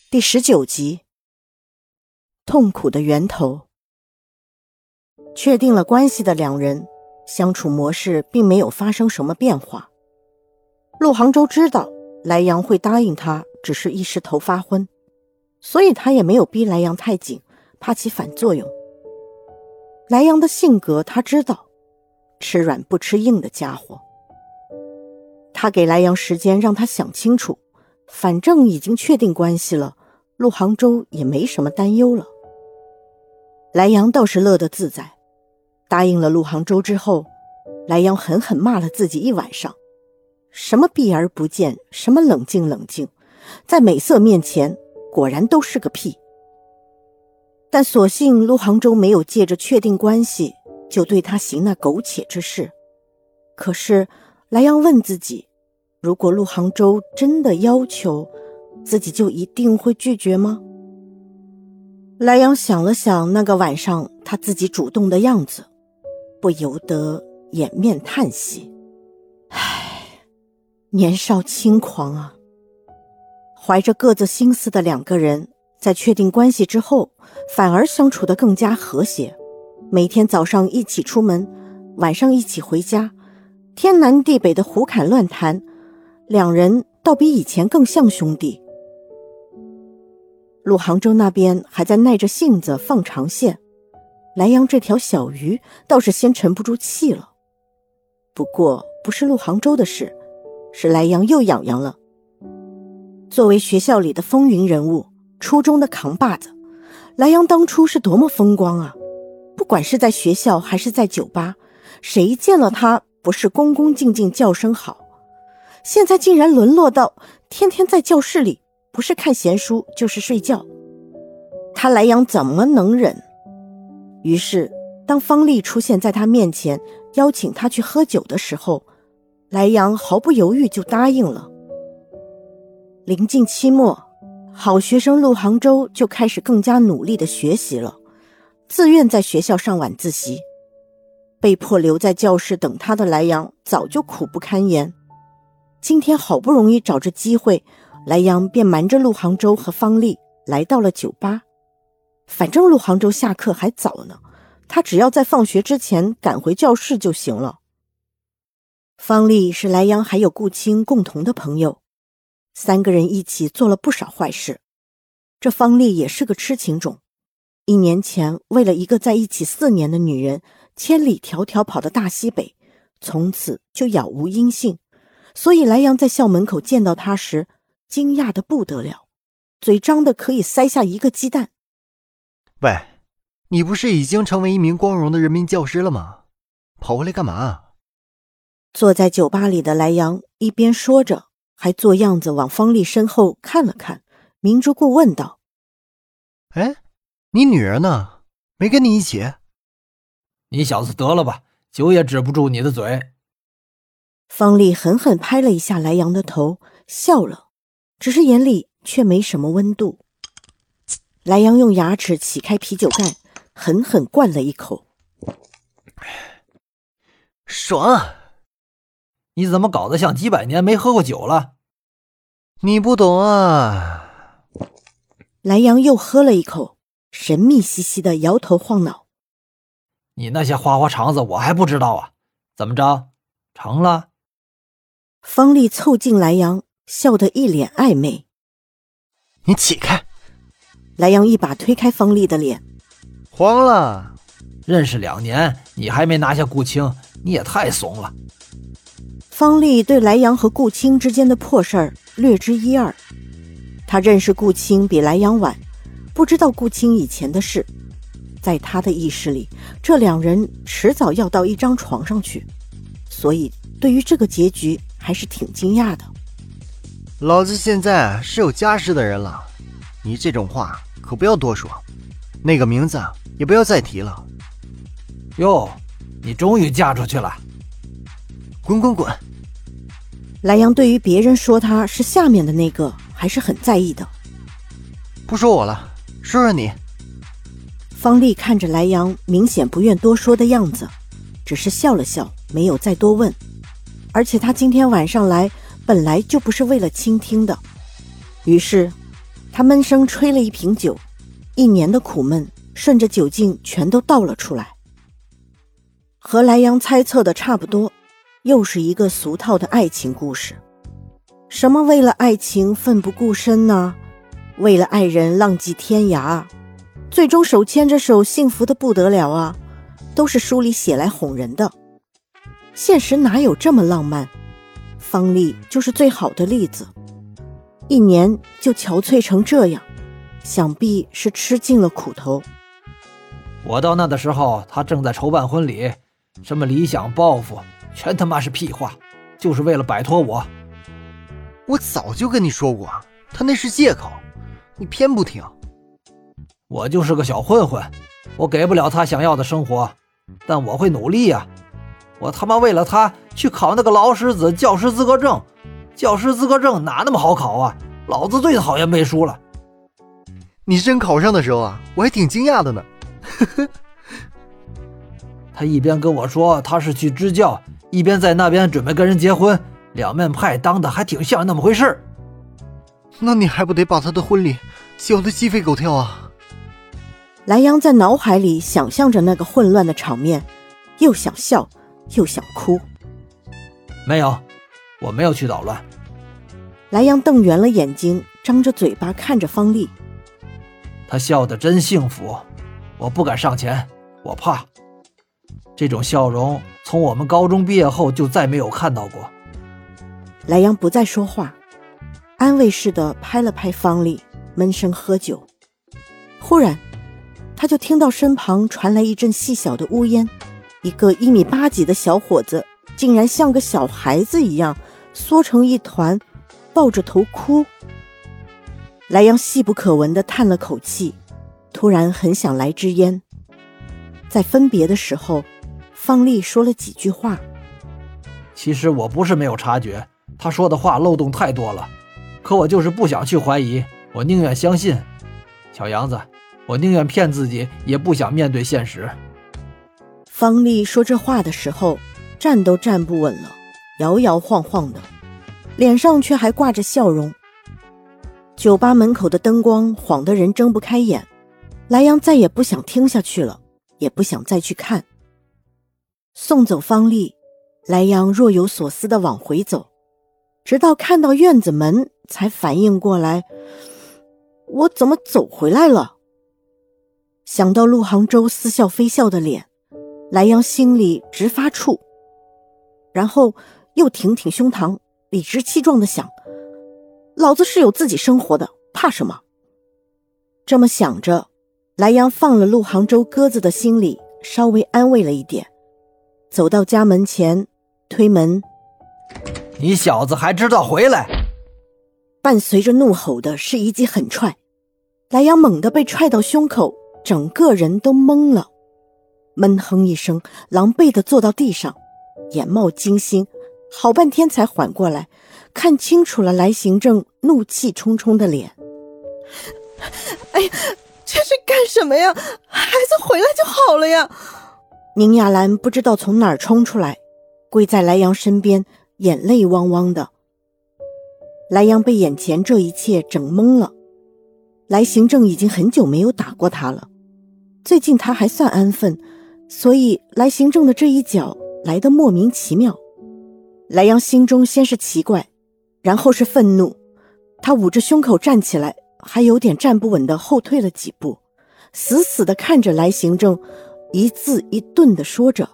第19集，痛苦的源头。确定了关系的两人，相处模式并没有发生什么变化。陆杭州知道莱阳会答应他，只是一时头发昏，所以他也没有逼莱阳太紧，怕其反作用。莱阳的性格他知道，吃软不吃硬的家伙。他给莱阳时间让他想清楚，反正已经确定关系了，陆杭州也没什么担忧了。莱阳倒是乐得自在，答应了陆杭州之后，莱阳狠狠骂了自己一晚上，什么避而不见，什么冷静冷静，在美色面前果然都是个屁。但所幸陆杭州没有借着确定关系就对他行那苟且之事。可是莱阳问自己，如果陆杭州真的要求，自己就一定会拒绝吗？莱阳想了想那个晚上他自己主动的样子，不由得掩面叹息。唉，年少轻狂啊。怀着各自心思的两个人，在确定关系之后，反而相处得更加和谐。每天早上一起出门，晚上一起回家，天南地北的胡侃乱谈，两人倒比以前更像兄弟。陆杭州那边还在耐着性子放长线，莱阳这条小鱼倒是先沉不住气了。不过不是陆杭州的事，是莱阳又痒痒了。作为学校里的风云人物，初中的扛把子，莱阳当初是多么风光啊！不管是在学校还是在酒吧，谁见了他不是恭恭敬敬叫声好。现在竟然沦落到天天在教室里不是看闲书就是睡觉，他莱阳怎么能忍？于是当方丽出现在他面前邀请他去喝酒的时候，莱阳毫不犹豫就答应了。临近期末，好学生陆杭州就开始更加努力的学习了，自愿在学校上晚自习。被迫留在教室等他的莱阳早就苦不堪言。今天好不容易找着机会，莱阳便瞒着陆杭州和方丽来到了酒吧。反正陆杭州下课还早呢，他只要在放学之前赶回教室就行了。方丽是莱阳还有顾青共同的朋友，三个人一起做了不少坏事。这方丽也是个痴情种，1年前为了一个在一起4年的女人，千里迢迢跑到大西北，从此就杳无音信。所以莱阳在校门口见到他时，惊讶得不得了，嘴张得可以塞下一个鸡蛋。 喂，你不是已经成为一名光荣的人民教师了吗？跑回来干嘛？ 坐在酒吧里的莱阳一边说着，还做样子往方丽身后看了看，明珠顾问道： 哎，你女儿呢？没跟你一起？ 你小子得了吧，酒也止不住你的嘴。 方丽狠狠拍了一下莱阳的头，笑了，只是眼里却没什么温度。莱阳用牙齿起开啤酒盖，狠狠灌了一口。 爽！ 你怎么搞得像几百年没喝过酒了？ 你不懂啊。 莱阳又喝了一口，神秘兮兮的摇头晃脑。 你那些花花肠子我还不知道啊，怎么着？成了？ 方丽凑近莱阳，笑得一脸暧昧。 你起开！ 莱阳一把推开方丽的脸。 黄了！ 认识2年，你还没拿下顾青，你也太怂了。 方丽对莱阳和顾青之间的破事儿略知一二。他认识顾青比莱阳晚，不知道顾青以前的事。在他的意识里，这两人迟早要到一张床上去，所以对于这个结局还是挺惊讶的。 老子现在是有家室的人了，你这种话可不要多说，那个名字也不要再提了。 哟，你终于嫁出去了。 滚滚滚！ 莱阳对于别人说他是下面的那个还是很在意的。 不说我了，说说你。 方丽看着莱阳明显不愿多说的样子，只是笑了笑，没有再多问。而且他今天晚上来本来就不是为了倾听的，于是他他闷声吹了一瓶酒，一年的苦闷顺着酒劲全都倒了出来。和莱阳猜测的差不多，又是一个俗套的爱情故事。什么为了爱情奋不顾身呢？为了爱人浪迹天涯，最终手牵着手幸福的不得了啊，都是书里写来哄人的。现实哪有这么浪漫？方丽就是最好的例子，一年就憔悴成这样，想必是吃尽了苦头。 我到那的时候，他正在筹办婚礼，什么理想抱负全他妈是屁话，就是为了摆脱我。 我早就跟你说过，他那是借口，你偏不听。 我就是个小混混，我给不了他想要的生活，但我会努力呀。我他妈为了他去考那个老师子教师资格证，教师资格证哪那么好考啊？老子最讨厌背书了。 你真考上的时候啊，我还挺惊讶的呢。 他一边跟我说他是去支教，一边在那边准备跟人结婚，两面派当的还挺像那么回事。 那你还不得把他的婚礼搅得鸡飞狗跳啊？ 莱阳在脑海里想象着那个混乱的场面，又想笑又想哭。 没有，我没有去捣乱。 莱阳瞪圆了眼睛，张着嘴巴看着方丽。 他笑得真幸福，我不敢上前，我怕。这种笑容从我们高中毕业后就再没有看到过。 莱阳不再说话，安慰似的拍了拍方丽，闷声喝酒。忽然他就听到身旁传来一阵细小的呜咽，一个1.8米几的小伙子竟然像个小孩子一样缩成一团，抱着头哭。莱阳细不可闻地叹了口气，突然很想来支烟。在分别的时候，方丽说了几句话。 其实我不是没有察觉，他说的话漏洞太多了，可我就是不想去怀疑，我宁愿相信。小杨子，我宁愿骗自己，也不想面对现实。 方丽说这话的时候，站都站不稳了，摇摇晃晃的，脸上却还挂着笑容。酒吧门口的灯光晃得人睁不开眼，莱阳再也不想听下去了，也不想再去看。送走方丽，莱阳若有所思地往回走，直到看到院子门才反应过来，我怎么走回来了？想到陆杭州似笑非笑的脸，莱阳心里直发怵，然后又挺挺胸膛，理直气壮地想，老子是有自己生活的，怕什么？这么想着，莱阳放了陆杭州鸽子的心里稍微安慰了一点，走到家门前，推门。 你小子还知道回来？ 伴随着怒吼的是一记狠踹，莱阳猛地被踹到胸口，整个人都懵了，闷哼一声，狼狈地坐到地上，眼冒金星，好半天才缓过来，看清楚了来行正怒气冲冲的脸。哎呀，这是干什么呀？孩子回来就好了呀！宁亚兰不知道从哪儿冲出来，跪在莱阳身边，眼泪汪汪的。莱阳被眼前这一切整懵了。来行正已经很久没有打过他了，最近他还算安分，所以来行正的这一脚来得莫名其妙。莱阳心中先是奇怪，然后是愤怒，他捂着胸口站起来，还有点站不稳地后退了几步，死死地看着来行正，一字一顿地说着：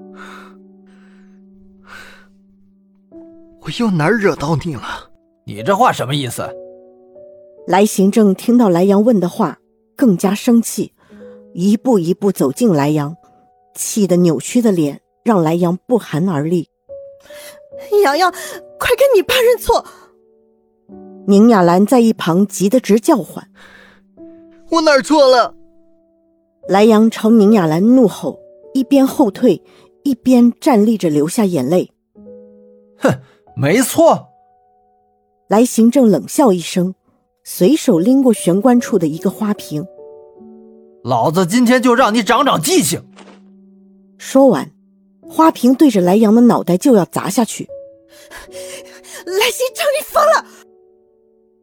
我又哪儿惹到你了？ 你这话什么意思？ 来行正听到莱阳问的话，更加生气，一步一步走近莱阳，气得扭曲的脸让莱阳不寒而栗。洋洋，快跟你爸认错！宁亚兰在一旁急得直叫唤。 我哪儿错了？ 莱阳朝宁亚兰怒吼，一边后退，一边站立着流下眼泪。 哼，没错。 来行正冷笑一声，随手拎过玄关处的一个花瓶。 老子今天就让你长长记性。 说完，花瓶对着莱阳的脑袋就要砸下去。来行正，你疯了！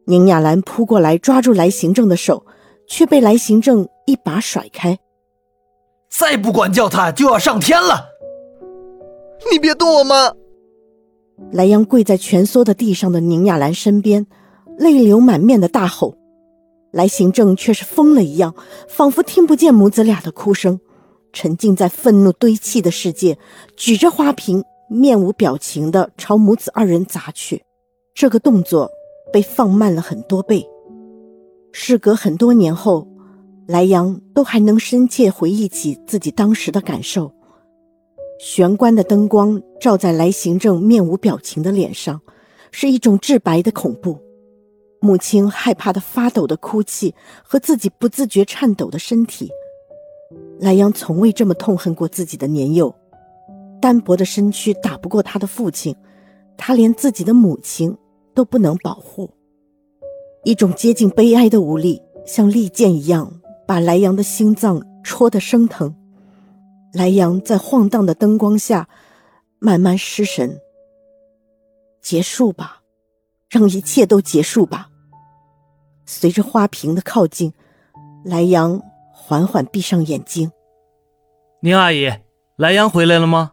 宁雅兰扑过来抓住来行正的手，却被来行正一把甩开。 再不管教他就要上天了！ 你别动我妈！ 莱阳跪在蜷缩的地上的宁雅兰身边，泪流满面的大吼。来行正却是疯了一样，仿佛听不见母子俩的哭声，沉浸在愤怒堆砌的世界，举着花瓶，面无表情地朝母子二人砸去。这个动作被放慢了很多倍。事隔很多年后，莱阳都还能深切回忆起自己当时的感受。玄关的灯光照在来行正面无表情的脸上，是一种至白的恐怖。母亲害怕的发抖的哭泣和自己不自觉颤抖的身体。莱阳从未这么痛恨过自己的年幼，单薄的身躯打不过他的父亲，他连自己的母亲都不能保护。一种接近悲哀的无力，像利剑一样把莱阳的心脏戳得生疼。莱阳在晃荡的灯光下慢慢失神。结束吧，让一切都结束吧。随着花瓶的靠近，莱阳缓缓闭上眼睛。 宁阿姨，莱阳回来了吗？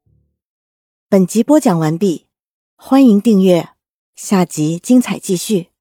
本集播讲完毕，欢迎订阅，下集精彩继续。